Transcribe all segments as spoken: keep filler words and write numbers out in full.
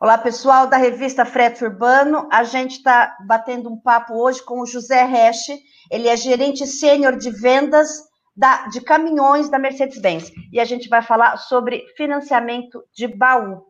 Olá, pessoal da revista Frete Urbano. A gente está batendo um papo hoje com o José Resch. Ele é gerente sênior de vendas da, de caminhões da Mercedes-Benz. E a gente vai falar sobre financiamento de baú.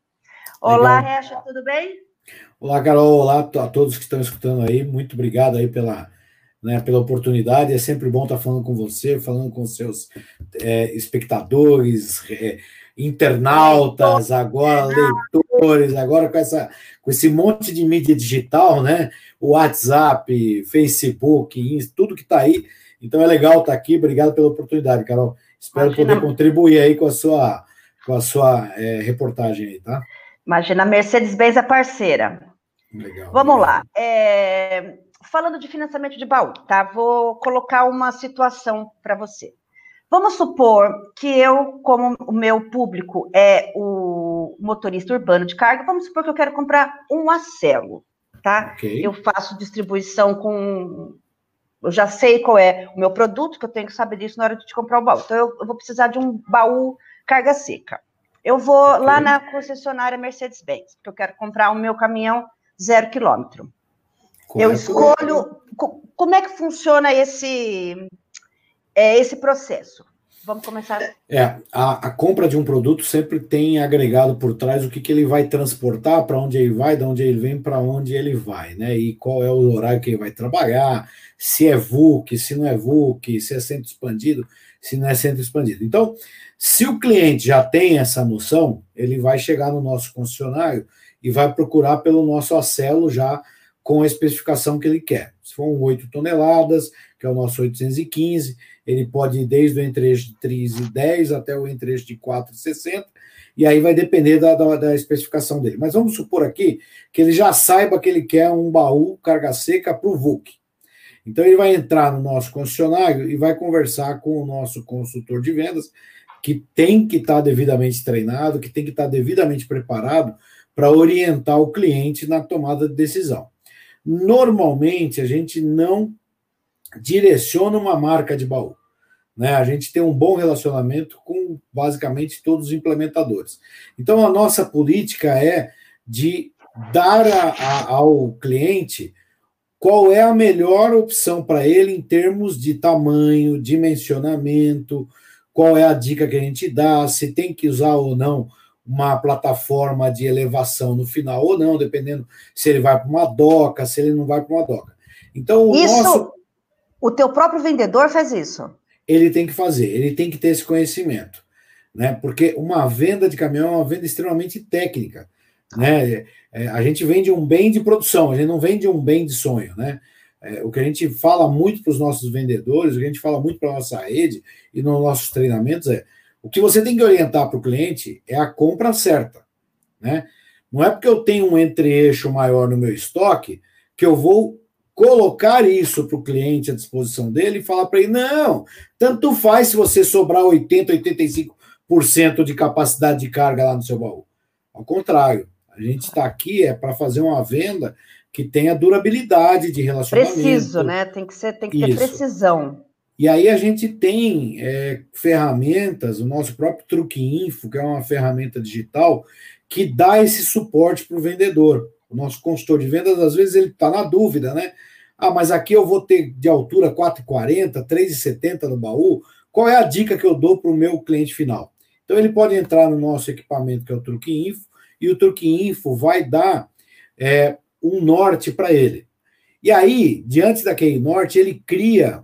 Olá, Resch, tudo bem? Olá, Carol. Olá a todos que estão escutando aí. Muito obrigado aí pela, né, pela oportunidade. É sempre bom estar falando com você, falando com seus é, espectadores, é, internautas, agora leitores, agora com, essa, com esse monte de mídia digital, né? O WhatsApp, Facebook, Insta, tudo que está aí. Então é legal estar aqui. Obrigado pela oportunidade, Carol. Espero Imagina. poder contribuir aí com a sua, com a sua é, reportagem aí, tá? Imagina, a Mercedes-Benz é parceira. Legal. Vamos legal. lá. É... Falando de financiamento de baú, tá? Vou colocar uma situação para você. Vamos supor que eu, como o meu público é o motorista urbano de carga, vamos supor que eu quero comprar um Acelo, tá? Okay. Eu faço distribuição com... Eu já sei qual é o meu produto, que eu tenho que saber disso na hora de comprar o baú. Então, eu, eu vou precisar de um baú carga seca. Eu vou okay. lá na concessionária Mercedes-Benz, porque eu quero comprar o meu caminhão zero quilômetro. Correto. Eu escolho... Como é que funciona esse... É esse processo. Vamos começar. É, a, a compra de um produto sempre tem agregado por trás o que, que ele vai transportar, para onde ele vai, de onde ele vem, para onde ele vai, né? E qual é o horário que ele vai trabalhar, se é V U C, se não é V U C, se é centro expandido, se não é centro expandido. Então, se o cliente já tem essa noção, ele vai chegar no nosso concessionário e vai procurar pelo nosso Acelo já com a especificação que ele quer. Se for um oito toneladas, que é o nosso oitocentos e quinze, ele pode ir desde o entre-eixo de três e dez até o entre-eixo de quatro e sessenta, e aí vai depender da, da, da especificação dele. Mas vamos supor aqui que ele já saiba que ele quer um baú carga seca para o V U C. Então ele vai entrar no nosso concessionário e vai conversar com o nosso consultor de vendas, que tem que estar devidamente treinado, que tem que estar devidamente preparado para orientar o cliente na tomada de decisão. Normalmente, a gente não direciona uma marca de baú, né? A gente tem um bom relacionamento com, basicamente, todos os implementadores. Então, a nossa política é de dar a, a, ao cliente qual é a melhor opção para ele em termos de tamanho, dimensionamento, qual é a dica que a gente dá, se tem que usar ou não uma plataforma de elevação no final ou não, dependendo se ele vai para uma doca, se ele não vai para uma doca. Então, o isso, nosso... o teu próprio vendedor faz isso? Ele tem que fazer, ele tem que ter esse conhecimento, né? Porque uma venda de caminhão é uma venda extremamente técnica, né? É, a gente vende um bem de produção, a gente não vende um bem de sonho, né? É, o que a gente fala muito para os nossos vendedores, o que a gente fala muito para a nossa rede e nos nossos treinamentos é: o que você tem que orientar para o cliente é a compra certa, né? Não é porque eu tenho um entre-eixo maior no meu estoque que eu vou colocar isso para o cliente à disposição dele e falar para ele: não, tanto faz se você sobrar oitenta, oitenta e cinco por cento de capacidade de carga lá no seu baú. Ao contrário, a gente está aqui é para fazer uma venda que tenha durabilidade de relacionamento. Preciso, né? Tem que ser, tem que ter isso. precisão. E aí a gente tem é, ferramentas, o nosso próprio Truque Info, que é uma ferramenta digital, que dá esse suporte para o vendedor. O nosso consultor de vendas, às vezes, ele está na dúvida, né? Ah, mas aqui eu vou ter de altura quatro e quarenta, três e setenta no baú. Qual é a dica que eu dou para o meu cliente final? Então ele pode entrar no nosso equipamento, que é o Truque Info, e o Truque Info vai dar é, um norte para ele. E aí, diante daquele norte, ele cria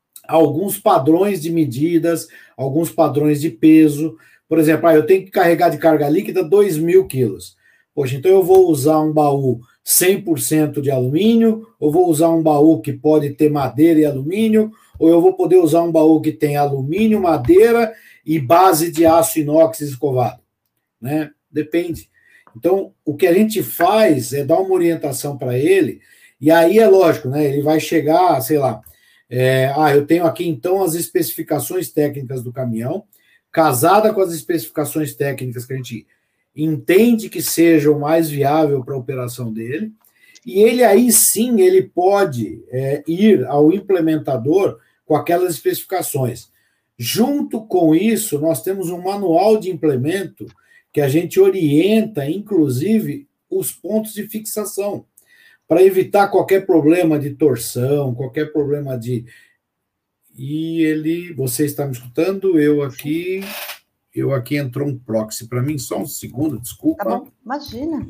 alguns padrões de medidas, alguns padrões de peso. Por exemplo, ah, eu tenho que carregar de carga líquida dois mil quilos. Poxa, então eu vou usar um baú cem por cento de alumínio, ou vou usar um baú que pode ter madeira e alumínio, ou eu vou poder usar um baú que tem alumínio, madeira e base de aço inox escovado, né? Depende. Então, o que a gente faz é dar uma orientação para ele, e aí é lógico, né? Ele vai chegar, sei lá, É, ah, eu tenho aqui então as especificações técnicas do caminhão, casada com as especificações técnicas que a gente entende que seja o mais viável para a operação dele, e ele aí sim ele pode é, ir ao implementador com aquelas especificações. Junto com isso, nós temos um manual de implemento que a gente orienta, inclusive, os pontos de fixação, para evitar qualquer problema de torção, qualquer problema de... E ele... Você está me escutando? Eu aqui... Eu aqui entrou um proxy para mim, só um segundo, desculpa. Tá bom, imagina.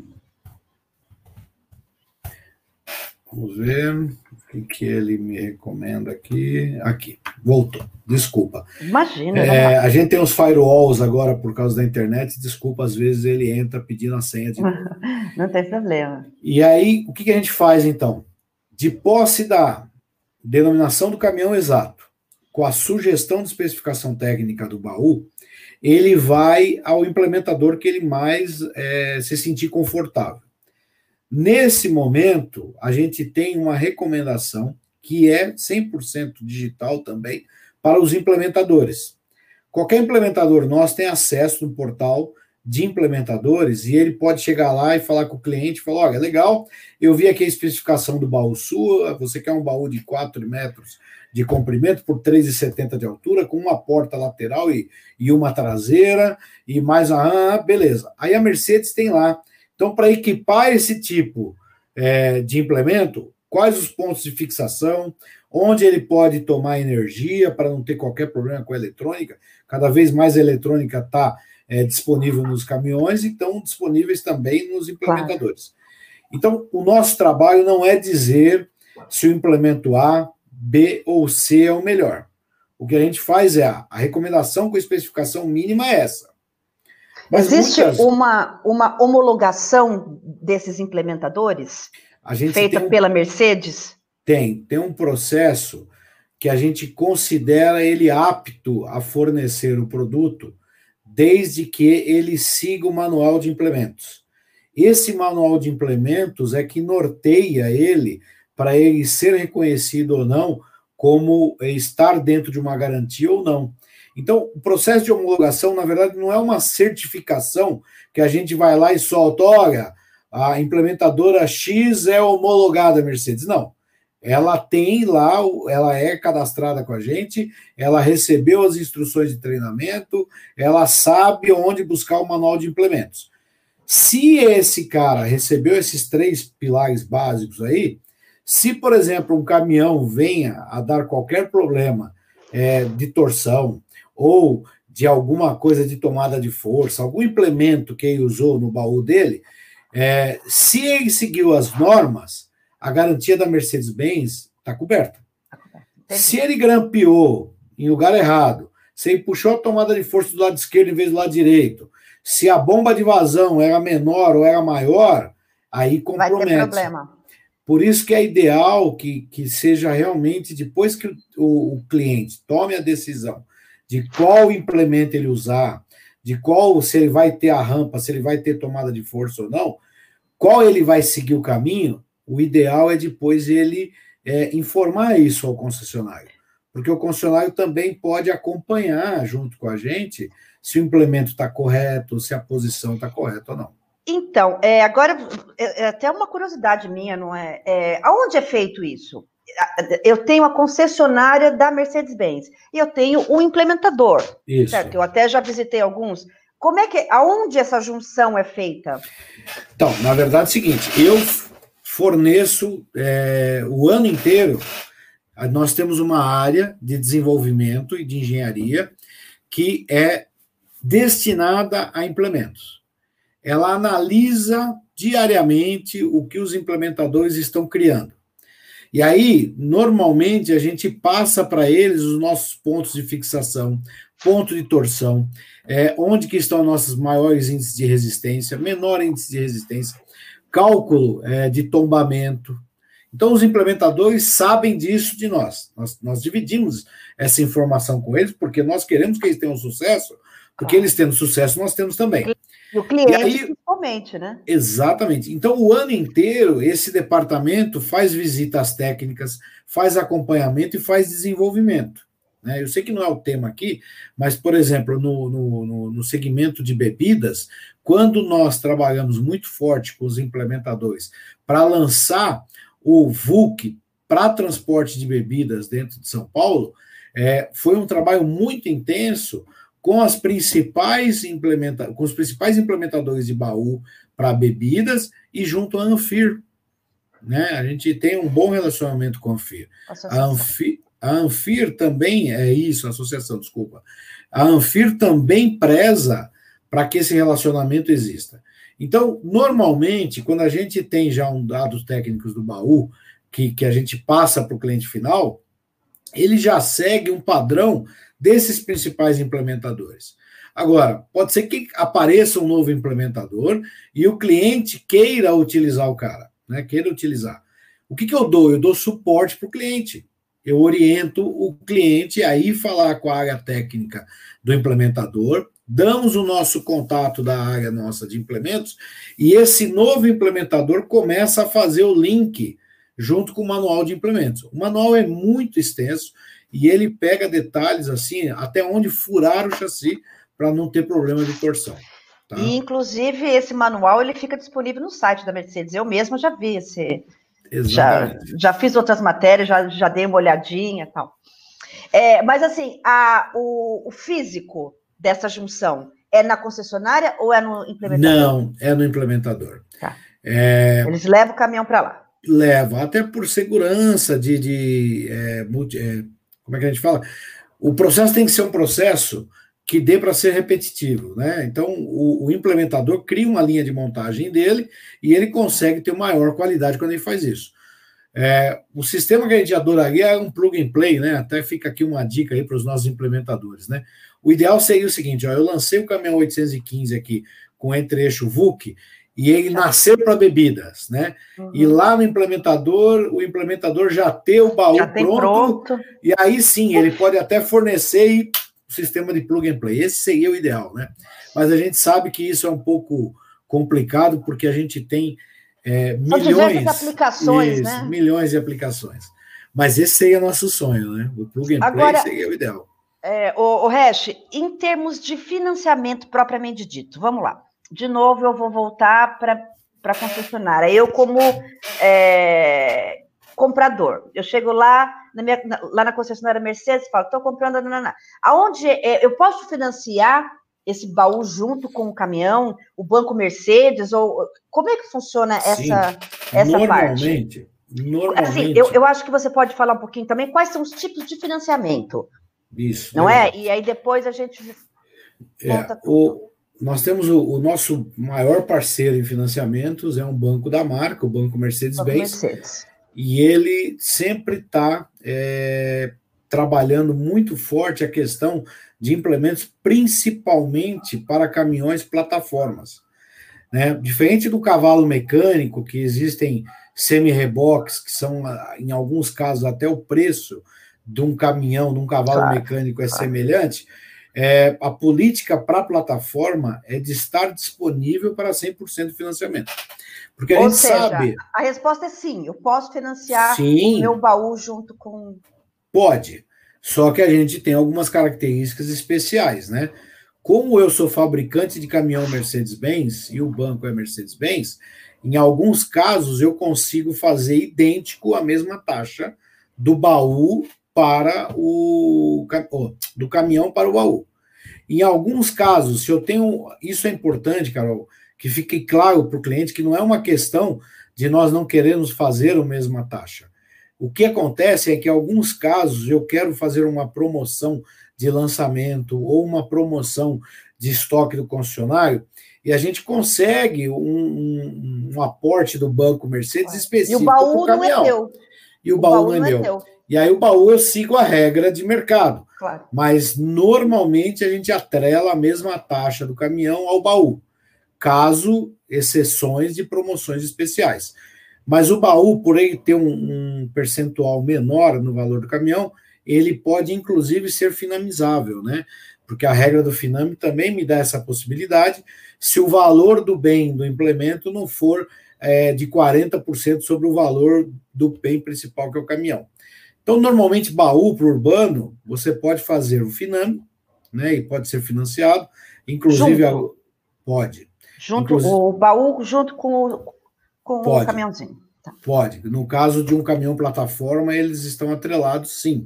Vamos ver o que, que ele me recomenda aqui. Aqui, voltou. Desculpa. Imagina. É, a gente tem uns firewalls agora por causa da internet. Desculpa, às vezes ele entra pedindo a senha de novo. Não tem problema. E aí, o que, que a gente faz então? De posse da denominação do caminhão exato, com a sugestão de especificação técnica do baú, ele vai ao implementador que ele mais é, se sentir confortável. Nesse momento, a gente tem uma recomendação que é cem por cento digital também para os implementadores. Qualquer implementador nosso tem acesso no portal de implementadores e ele pode chegar lá e falar com o cliente, falar, olha, legal, eu vi aqui a especificação do baú sua, você quer um baú de quatro metros de comprimento por três e setenta de altura, com uma porta lateral e, e uma traseira, e mais a... Ah, beleza. Aí a Mercedes tem lá. Então, para equipar esse tipo é, de implemento, quais os pontos de fixação, onde ele pode tomar energia para não ter qualquer problema com a eletrônica, cada vez mais a eletrônica está é, disponível nos caminhões e estão disponíveis também nos implementadores. Claro. Então, o nosso trabalho não é dizer se o implemento A, B ou C é o melhor. O que a gente faz é a, a recomendação com especificação mínima é essa. Mas Existe muitas... uma, uma homologação desses implementadores feita um... pela Mercedes? Tem, tem um processo que a gente considera ele apto a fornecer o produto desde que ele siga o manual de implementos. Esse manual de implementos é que norteia ele para ele ser reconhecido ou não como estar dentro de uma garantia ou não. Então, o processo de homologação, na verdade, não é uma certificação que a gente vai lá e solta, olha, a implementadora X é homologada Mercedes. Não. Ela tem lá, ela é cadastrada com a gente, ela recebeu as instruções de treinamento, ela sabe onde buscar o manual de implementos. Se esse cara recebeu esses três pilares básicos aí, se, por exemplo, um caminhão venha a dar qualquer problema é, de torção, ou de alguma coisa de tomada de força, algum implemento que ele usou no baú dele, é, se ele seguiu as normas, a garantia da Mercedes-Benz está coberta. Se ele grampeou em lugar errado, se ele puxou a tomada de força do lado esquerdo em vez do lado direito, se a bomba de vazão era menor ou era maior, aí compromete. Vai ter problema. Por isso que é ideal que, que seja realmente, depois que o, o cliente tome a decisão de qual implemento ele usar, de qual, se ele vai ter a rampa, se ele vai ter tomada de força ou não, qual ele vai seguir o caminho, o ideal é depois ele é, informar isso ao concessionário. Porque o concessionário também pode acompanhar junto com a gente se o implemento está correto, se a posição está correta ou não. Então, é, agora, é, é até uma curiosidade minha, não é? é? Aonde é feito isso? Eu tenho a concessionária da Mercedes-Benz e eu tenho o implementador. Isso. Certo? Eu até já visitei alguns. Como é que, aonde essa junção é feita? Então, na verdade é o seguinte, eu forneço é, o ano inteiro, nós temos uma área de desenvolvimento e de engenharia que é destinada a implementos. Ela analisa diariamente o que os implementadores estão criando. E aí, normalmente, a gente passa para eles os nossos pontos de fixação, ponto de torção, é, onde que estão nossos maiores índices de resistência, menor índice de resistência, cálculo é, de tombamento. Então, os implementadores sabem disso de nós. nós. Nós dividimos essa informação com eles, porque nós queremos que eles tenham sucesso, porque eles tendo sucesso, nós temos também. E o cliente, e aí, principalmente, né? Exatamente. Então, o ano inteiro, esse departamento faz visitas técnicas, faz acompanhamento e faz desenvolvimento. Né? Eu sei que não é o tema aqui, mas, por exemplo, no, no, no segmento de bebidas, quando nós trabalhamos muito forte com os implementadores para lançar o V U C para transporte de bebidas dentro de São Paulo, é, foi um trabalho muito intenso, com, as principais implementa com os principais implementadores de baú para bebidas e junto à Anfir. Né? A gente tem um bom relacionamento com a Anfir. A Anfir, a Anfir também, é isso, a associação, desculpa. A Anfir também preza para que esse relacionamento exista. Então, normalmente, quando a gente tem já um dados técnicos do baú, que, que a gente passa para o cliente final, ele já segue um padrão desses principais implementadores. Agora, pode ser que apareça um novo implementador e o cliente queira utilizar o cara, né? Queira utilizar. O que, que eu dou? Eu dou suporte para o cliente. Eu oriento o cliente a ir falar com a área técnica do implementador, damos o nosso contato da área nossa de implementos e esse novo implementador começa a fazer o link junto com o manual de implementos. O manual é muito extenso e ele pega detalhes assim, até onde furar o chassi para não ter problema de torção. Tá? E, inclusive, esse manual ele fica disponível no site da Mercedes. Eu mesma já vi esse. Já, já fiz outras matérias, já, já dei uma olhadinha e tal. É, mas, assim, a, o, o físico dessa junção é na concessionária ou é no implementador? Não, é no implementador. Tá. É... Eles levam o caminhão para lá. Leva, até por segurança de, de é, multi, é, como é que a gente fala? O processo tem que ser um processo que dê para ser repetitivo, né? Então, o, o implementador cria uma linha de montagem dele e ele consegue ter maior qualidade quando ele faz isso. É, o sistema que a gente adoraria é um plug and play, né? Até fica aqui uma dica aí para os nossos implementadores, né? O ideal seria o seguinte, ó, eu lancei o caminhão oitocentos e quinze aqui com entre-eixo V U C e ele nascer para bebidas, né? Uhum. E lá no implementador, o implementador já ter o baú já pronto, pronto, e aí sim, ele pode até fornecer o sistema de plug and play. Esse seria o ideal, né? Mas a gente sabe que isso é um pouco complicado, porque a gente tem é, milhões, de aplicações, isso, né? milhões de aplicações. Mas esse seria nosso sonho, né? O plug and Agora, play seria o ideal. É, o, o Resch, em termos de financiamento propriamente dito, vamos lá. De novo, eu vou voltar para a concessionária. Eu, como é, comprador, eu chego lá na, minha, na, lá na concessionária Mercedes e falo, estou comprando... Nanana. Aonde é, eu posso financiar esse baú junto com o caminhão, o Banco Mercedes? Ou como é que funciona essa, essa normalmente, parte? Normalmente... Assim, eu, eu acho que você pode falar um pouquinho também quais são os tipos de financiamento. Isso. Não é? é? E aí depois a gente... É, o... Nós temos o, o nosso maior parceiro em financiamentos, é um banco da marca, o Banco Mercedes-Benz, Mercedes. E ele sempre está é, trabalhando muito forte a questão de implementos, principalmente para caminhões plataformas. Né? Diferente do cavalo mecânico, que existem semi-reboques, que são, em alguns casos, até o preço de um caminhão, de um cavalo claro, mecânico é claro. semelhante. É, a política para a plataforma é de estar disponível para cem por cento de financiamento. Porque a Ou gente seja, sabe... a resposta é sim, eu posso financiar sim, o meu baú junto com... Pode, só que a gente tem algumas características especiais, né? Como eu sou fabricante de caminhão Mercedes-Benz e o banco é Mercedes-Benz, em alguns casos eu consigo fazer idêntico a mesma taxa do baú para o do caminhão para o baú. Em alguns casos, se eu tenho, isso é importante, Carol, que fique claro para o cliente que não é uma questão de nós não queremos fazer a mesma taxa. O que acontece é que em alguns casos eu quero fazer uma promoção de lançamento ou uma promoção de estoque do concessionário e a gente consegue um, um, um aporte do Banco Mercedes específico para o caminhão. E o baú não é meu. E o, o baú, baú não é, não é meu. Teu. E aí o baú eu sigo a regra de mercado. Claro. Mas normalmente a gente atrela a mesma taxa do caminhão ao baú, caso exceções de promoções especiais. Mas o baú, por ele ter um, um percentual menor no valor do caminhão, ele pode inclusive ser finamizável, né? Porque a regra do Finame também me dá essa possibilidade, se o valor do bem do implemento não for é, de quarenta por cento sobre o valor do bem principal, que é o caminhão. Então, normalmente, baú para o urbano, você pode fazer o Finame, né? E pode ser financiado, inclusive... A, pode. Junto, inclusive, o baú junto com o, com pode, o caminhãozinho. Tá. Pode. No caso de um caminhão plataforma, eles estão atrelados, sim.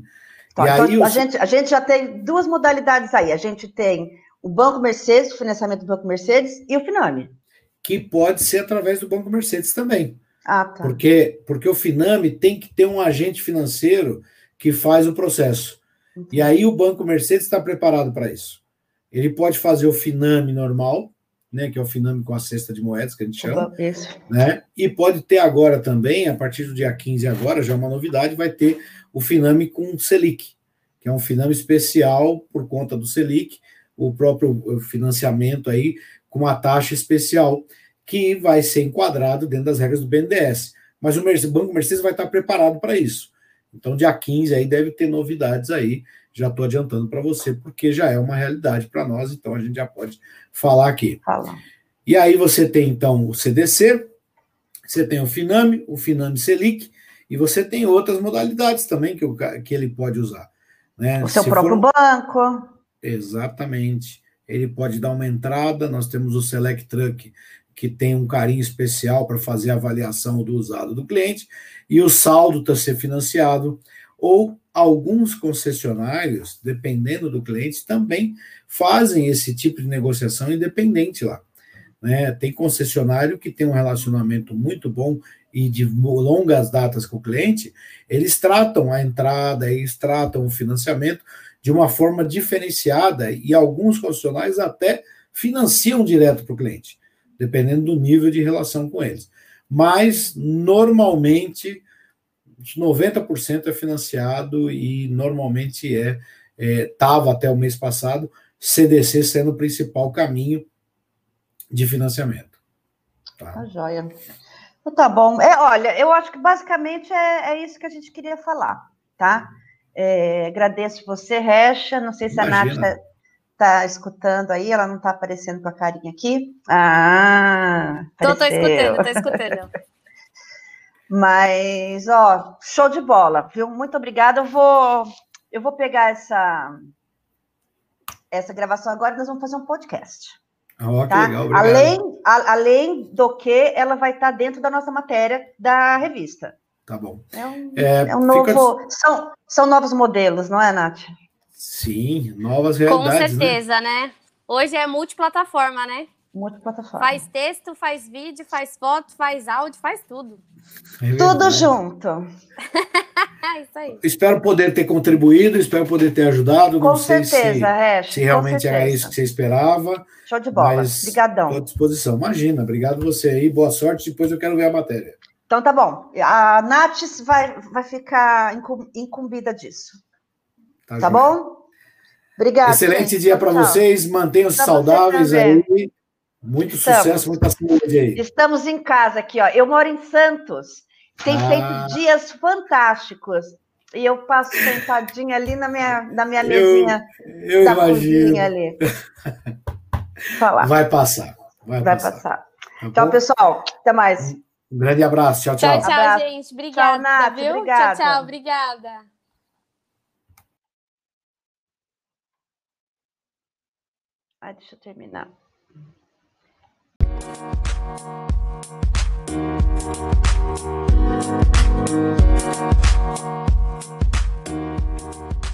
Então, então, a, gente, a gente já tem duas modalidades aí. A gente tem o Banco Mercedes, o financiamento do Banco Mercedes e o Finame. Que pode ser através do Banco Mercedes também. Ah, tá. Porque, porque o Finame tem que ter um agente financeiro que faz o processo. Uhum. E aí o Banco Mercedes está preparado para isso. Ele pode fazer o Finame normal, né, que é o Finame com a cesta de moedas, que a gente chama. Isso. Né, e pode ter agora também, a partir do dia quinze agora, já é uma novidade, vai ter o Finame com Selic, que é um Finame especial por conta do Selic, o próprio financiamento aí com uma taxa especial, que vai ser enquadrado dentro das regras do B N D E S. Mas o Banco Mercedes vai estar preparado para isso. Então, dia quinze aí deve ter novidades aí. Já estou adiantando para você, porque já é uma realidade para nós, então a gente já pode falar aqui. Fala. E aí você tem, então, o C D C, você tem o Finame, o Finame Selic, e você tem outras modalidades também que, o, que ele pode usar. Né? O seu Se próprio for... banco. Exatamente. Ele pode dar uma entrada, nós temos o Select Truck, que tem um carinho especial para fazer a avaliação do usado do cliente, e o saldo está ser financiado, ou alguns concessionários, dependendo do cliente, também fazem esse tipo de negociação independente lá. Né? Tem concessionário que tem um relacionamento muito bom e de longas datas com o cliente, eles tratam a entrada, eles tratam o financiamento de uma forma diferenciada, e alguns concessionários até financiam direto para o cliente, dependendo do nível de relação com eles. Mas, normalmente, noventa por cento é financiado e normalmente é estava é, até o mês passado, C D C sendo o principal caminho de financiamento. Tá, tá joia. Então, tá bom. É, olha, eu acho que basicamente é, é isso que a gente queria falar, tá? É, agradeço você, Recha. Não sei se Imagina. a Nath está tá escutando aí, ela não está aparecendo com a carinha aqui. Ah, tô, tô escutando, tô escutando. Mas, ó, show de bola, viu? Muito obrigada. Eu vou, eu vou pegar essa, essa gravação agora e nós vamos fazer um podcast. Oh, tá? que legal, obrigado. Além, a, além do que, ela vai estar dentro da nossa matéria da revista. Tá bom. É um, é, é um novo... fica... São, são novos modelos, não é, Nath? Sim, novas realidades. Com certeza, né? né? Hoje é multiplataforma, né? Multiplataforma. Faz texto, faz vídeo, faz foto, faz áudio, faz tudo. É tudo junto. É isso aí. Espero poder ter contribuído, espero poder ter ajudado. Com Não sei certeza, se, Resh, se realmente era isso que você esperava. Show de bola. Mas Obrigadão. Estou à disposição. Imagina, obrigado você aí, boa sorte. Depois eu quero ver a matéria. Então tá bom. A Nath vai, vai ficar incumbida disso. Tá, tá bom? Obrigada. Excelente gente. dia para vocês. Mantenham-se saudáveis aí. Muito Estamos. sucesso, muita saúde aí. Estamos em casa aqui, ó. Eu moro em Santos. Tem ah. feito dias fantásticos. E eu passo sentadinha ali na minha, na minha mesinha eu, eu da imagino. cozinha ali. Falar. Vai passar. Vai, vai passar. passar. Tá tchau, pessoal. Até mais. Um grande abraço. Tchau, tchau. Tchau, tchau, abraço. gente. Obrigada, tchau, Nath, viu? Obrigada. Tchau, tchau. Obrigada. Ai, deixa eu terminar. Thank you.